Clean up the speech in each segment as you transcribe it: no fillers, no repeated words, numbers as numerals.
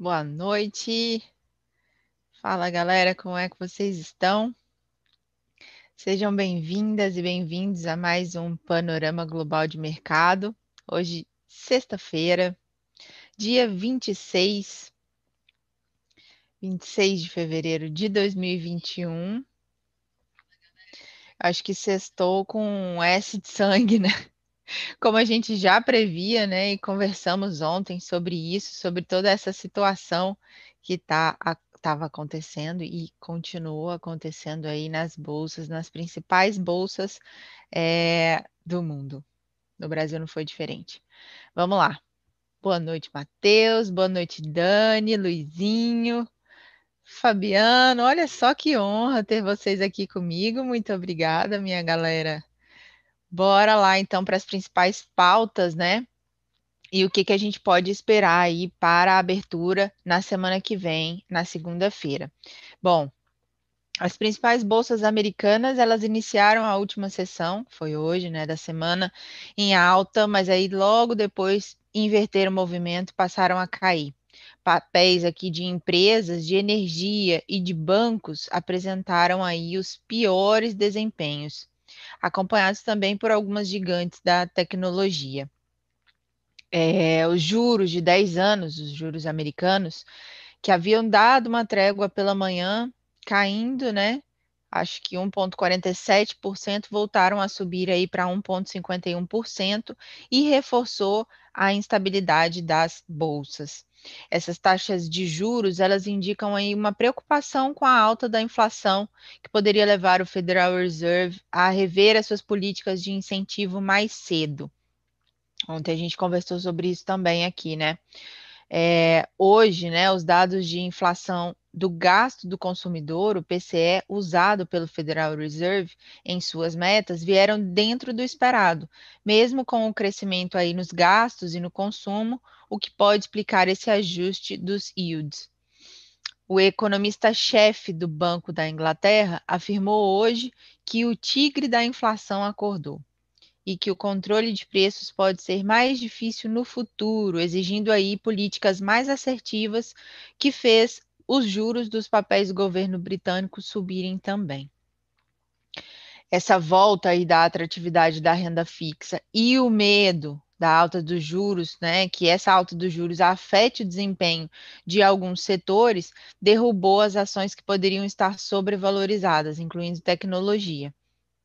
Boa noite. Fala, galera, como é que vocês estão? Sejam bem-vindas e bem-vindos a mais um Panorama Global de Mercado. Hoje, sexta-feira, dia 26 de fevereiro de 2021. Acho que sextou com um S de sangue, né? Como a gente já previa, né? E conversamos ontem sobre isso, sobre toda essa situação que estava acontecendo e continua acontecendo aí nas bolsas, nas principais bolsas do mundo. No Brasil não foi diferente. Vamos lá. Boa noite, Matheus. Boa noite, Dani, Luizinho, Fabiano. Olha só que honra ter vocês aqui comigo. Muito obrigada, minha galera. Bora lá então para as principais pautas, né? E o que que a gente pode esperar aí para a abertura na semana que vem, na segunda-feira. Bom, as principais bolsas americanas, elas iniciaram a última sessão, que foi hoje, né, da semana, em alta, mas aí logo depois inverteram o movimento, passaram a cair. Papéis aqui de empresas de energia e de bancos apresentaram aí os piores desempenhos, acompanhados também por algumas gigantes da tecnologia. Os juros de 10 anos, os juros americanos, que haviam dado uma trégua pela manhã, caindo, né? Acho que 1,47% voltaram a subir aí para 1,51% e reforçou a instabilidade das bolsas. Essas taxas de juros, elas indicam aí uma preocupação com a alta da inflação, que poderia levar o Federal Reserve a rever as suas políticas de incentivo mais cedo. Ontem a gente conversou sobre isso também aqui, né? Hoje, né, os dados de inflação do gasto do consumidor, o PCE, usado pelo Federal Reserve em suas metas, vieram dentro do esperado, mesmo com o crescimento aí nos gastos e no consumo, o que pode explicar esse ajuste dos yields. O economista-chefe do Banco da Inglaterra afirmou hoje que o tigre da inflação acordou e que o controle de preços pode ser mais difícil no futuro, exigindo aí políticas mais assertivas, que fez os juros dos papéis do governo britânico subirem também. Essa volta aí da atratividade da renda fixa e o medo da alta dos juros, né, que essa alta dos juros afete o desempenho de alguns setores, derrubou as ações que poderiam estar sobrevalorizadas, incluindo tecnologia.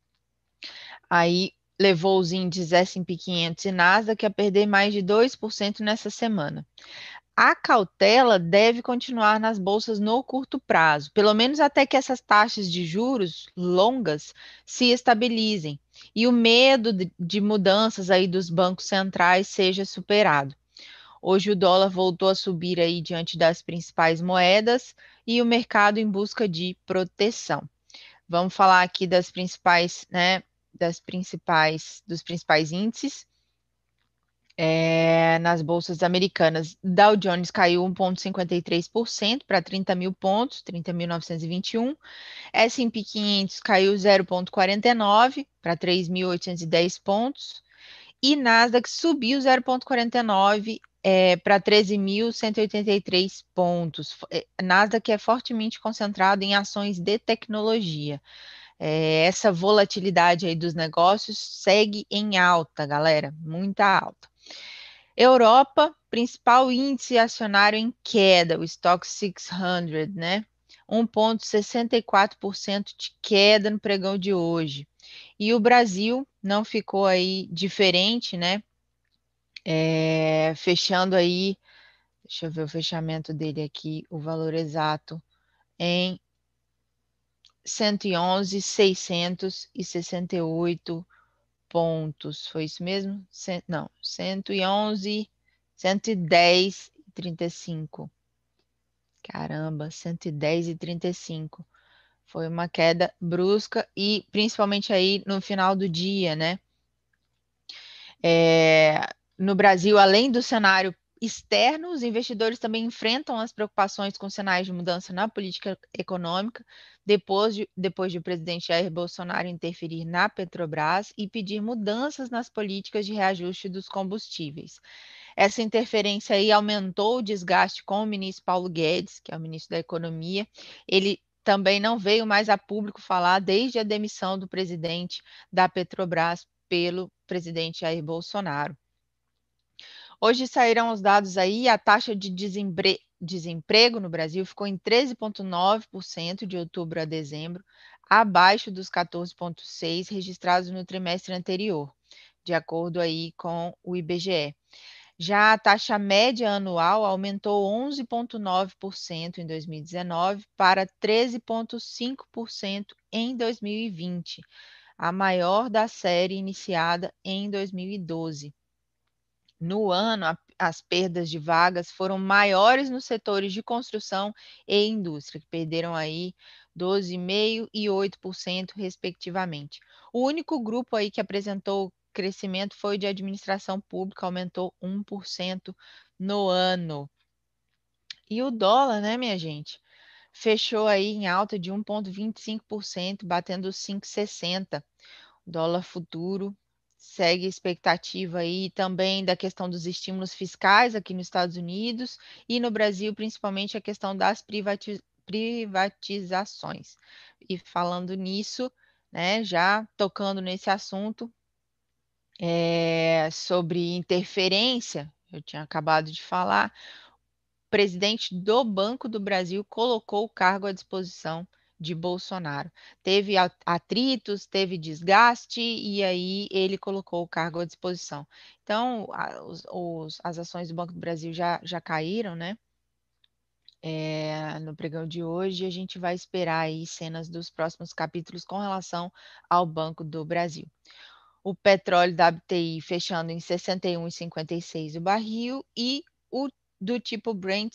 Aí levou os índices S&P 500 e Nasdaq a perder mais de 2% nessa semana. A cautela deve continuar nas bolsas no curto prazo, pelo menos até que essas taxas de juros longas se estabilizem e o medo de mudanças aí dos bancos centrais seja superado. Hoje o dólar voltou a subir aí diante das principais moedas e o mercado em busca de proteção. Vamos falar aqui das principais, né, dos principais índices. Nas bolsas americanas, Dow Jones caiu 1,53% para 30 mil pontos, 30.921. S&P 500 caiu 0,49 para 3.810 pontos. E Nasdaq subiu 0,49 para 13.183 pontos. Nasdaq é fortemente concentrado em ações de tecnologia. Essa volatilidade aí dos negócios segue em alta, galera, muita alta. Europa, principal índice acionário em queda, o Stock 600, né? 1,64% de queda no pregão de hoje. E o Brasil não ficou aí diferente, né? Fechando aí, deixa eu ver o fechamento dele aqui, o valor exato, em 111.668 pontos. Foi isso mesmo? Não, 111, 110,35. Caramba, 110,35. Foi uma queda brusca e principalmente aí no final do dia, né? É, no Brasil, além do cenário externo, os investidores também enfrentam as preocupações com sinais de mudança na política econômica, depois de o presidente Jair Bolsonaro interferir na Petrobras e pedir mudanças nas políticas de reajuste dos combustíveis. Essa interferência aí aumentou o desgaste com o ministro Paulo Guedes, que é o ministro da Economia. Ele também não veio mais a público falar desde a demissão do presidente da Petrobras pelo presidente Jair Bolsonaro. Hoje saíram os dados aí, a taxa de desemprego no Brasil ficou em 13,9% de outubro a dezembro, abaixo dos 14,6% registrados no trimestre anterior, de acordo aí com o IBGE. Já a taxa média anual aumentou 11,9% em 2019 para 13,5% em 2020, a maior da série iniciada em 2012. No ano, as perdas de vagas foram maiores nos setores de construção e indústria, que perderam aí 12,5% e 8%, respectivamente. O único grupo aí que apresentou crescimento foi o de administração pública, aumentou 1% no ano. E o dólar, né, minha gente, fechou aí em alta de 1,25%, batendo os 5,60. Dólar futuro segue expectativa aí também da questão dos estímulos fiscais aqui nos Estados Unidos e no Brasil, principalmente a questão das privatizações. E falando nisso, né, já tocando nesse assunto, sobre interferência, eu tinha acabado de falar, o presidente do Banco do Brasil colocou o cargo à disposição de Bolsonaro. Teve atritos, teve desgaste, e aí ele colocou o cargo à disposição. Então, as ações do Banco do Brasil já caíram, né? No pregão de hoje, a gente vai esperar aí cenas dos próximos capítulos com relação ao Banco do Brasil. O petróleo da WTI fechando em 61,56 o barril e o do tipo Brent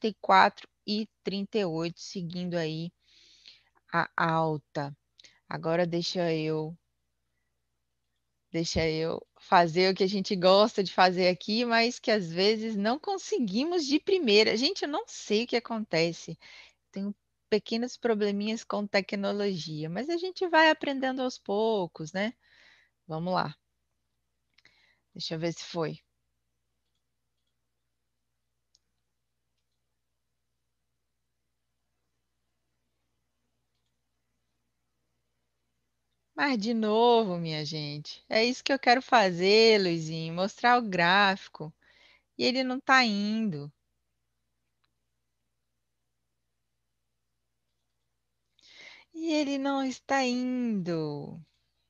64,38, seguindo aí a alta. Agora deixa eu fazer o que a gente gosta de fazer aqui, mas que às vezes não conseguimos de primeira. Gente, eu não sei o que acontece. Tenho pequenos probleminhas com tecnologia, mas a gente vai aprendendo aos poucos, né? Vamos lá. Deixa eu ver se foi. Mas de novo, minha gente, é isso que eu quero fazer, Luizinho, mostrar o gráfico. E ele não está indo. E ele não está indo.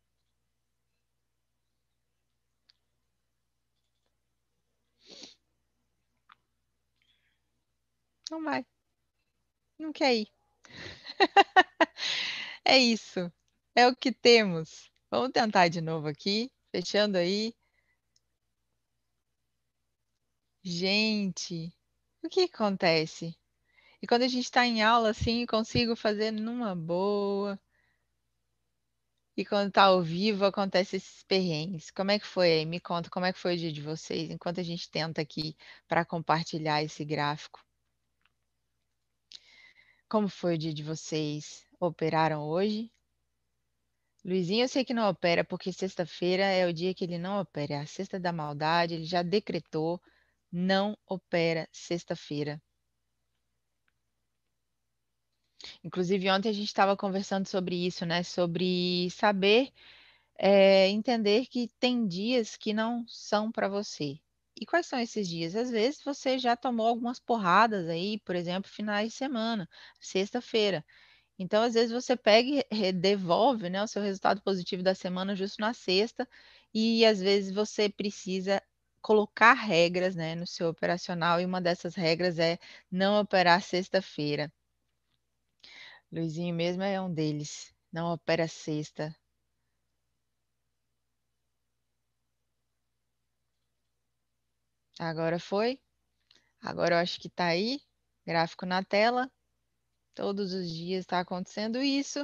Não vai, não quer ir. É isso. É o que temos. Vamos tentar de novo aqui, fechando aí. Gente, o que acontece? E quando a gente está em aula assim, consigo fazer numa boa. E quando está ao vivo, acontece esses perrengues. Como é que foi aí? Me conta como é que foi o dia de vocês, enquanto a gente tenta aqui para compartilhar esse gráfico. Como foi o dia de vocês? Operaram hoje? Luizinho, eu sei que não opera, porque sexta-feira é o dia que ele não opera. É a sexta da maldade, ele já decretou, não opera sexta-feira. Inclusive, ontem a gente estava conversando sobre isso, né? Sobre saber, entender que tem dias que não são para você. E quais são esses dias? Às vezes você já tomou algumas porradas aí, por exemplo, finais de semana, sexta-feira. Então, às vezes, você pega e devolve, né, o seu resultado positivo da semana justo na sexta, e às vezes você precisa colocar regras, né, no seu operacional, e uma dessas regras é não operar sexta-feira. Luizinho mesmo é um deles, não opera sexta. Agora foi? Agora eu acho que tá aí, gráfico na tela, todos os dias está acontecendo isso.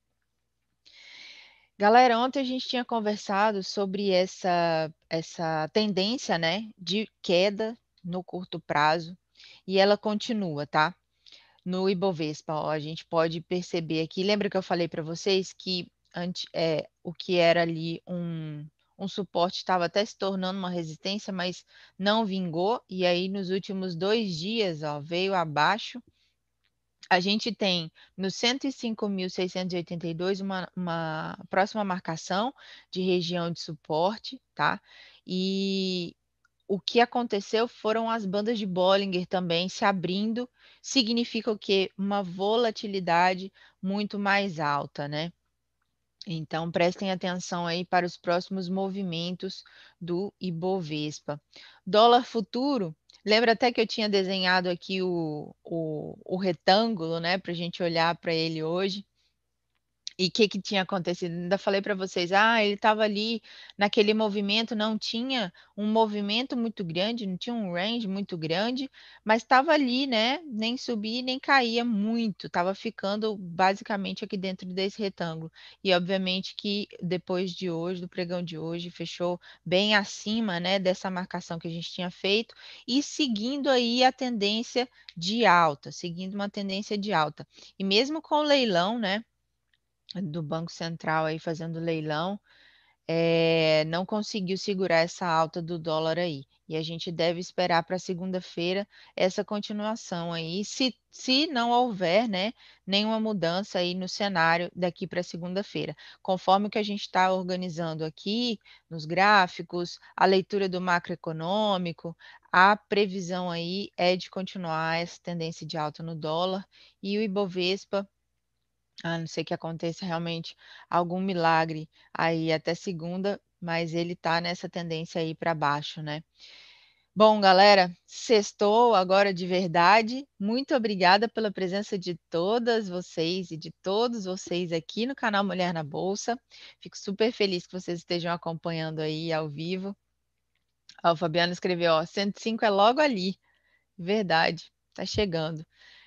Galera, ontem a gente tinha conversado sobre essa tendência, né, de queda no curto prazo e ela continua, tá? No Ibovespa, ó, a gente pode perceber aqui. Lembra que eu falei para vocês que o que era ali um suporte, estava até se tornando uma resistência, mas não vingou. E aí, nos últimos 2 dias, ó, veio abaixo. A gente tem no 105.682 uma próxima marcação de região de suporte, tá? E o que aconteceu foram as bandas de Bollinger também se abrindo, significa o quê? Uma volatilidade muito mais alta, né? Então, prestem atenção aí para os próximos movimentos do Ibovespa. Dólar futuro, lembra até que eu tinha desenhado aqui o retângulo, né, para a gente olhar para ele hoje. E o que que tinha acontecido? Ainda falei para vocês, ele estava ali naquele movimento, não tinha um movimento muito grande, não tinha um range muito grande, mas estava ali, né? Nem subia nem caía muito, estava ficando basicamente aqui dentro desse retângulo. E obviamente que depois de hoje, do pregão de hoje, fechou bem acima, né, dessa marcação que a gente tinha feito e seguindo aí a tendência de alta, seguindo uma tendência de alta. E mesmo com o leilão, né? Do Banco Central aí fazendo leilão, não conseguiu segurar essa alta do dólar aí. E a gente deve esperar para segunda-feira essa continuação aí, se não houver, né, nenhuma mudança aí no cenário daqui para segunda-feira. Conforme o que a gente está organizando aqui nos gráficos, a leitura do macroeconômico, a previsão aí é de continuar essa tendência de alta no dólar e o Ibovespa, a não ser que aconteça realmente algum milagre aí até segunda, mas ele tá nessa tendência aí para baixo, né? Bom, galera, sextou agora de verdade. Muito obrigada pela presença de todas vocês e de todos vocês aqui no canal Mulher na Bolsa. Fico super feliz que vocês estejam acompanhando aí ao vivo. Ó, o Fabiano escreveu, ó, 105 é logo ali. Verdade, tá chegando.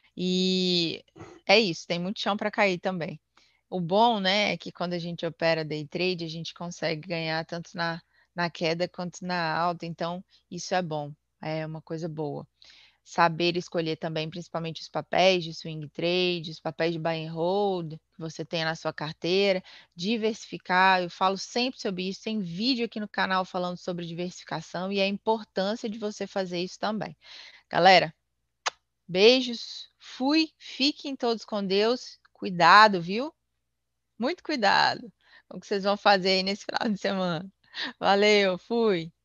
E é isso, tem muito chão para cair também. O bom, né, é que quando a gente opera day trade, a gente consegue ganhar tanto na queda quanto na alta, então isso é bom, é uma coisa boa. Saber escolher também, principalmente os papéis de swing trade, os papéis de buy and hold que você tem na sua carteira, diversificar. Eu falo sempre sobre isso, tem vídeo aqui no canal falando sobre diversificação e a importância de você fazer isso também. Galera, beijos, fui, fiquem todos com Deus, cuidado, viu? Muito cuidado com o que vocês vão fazer aí nesse final de semana. Valeu, fui.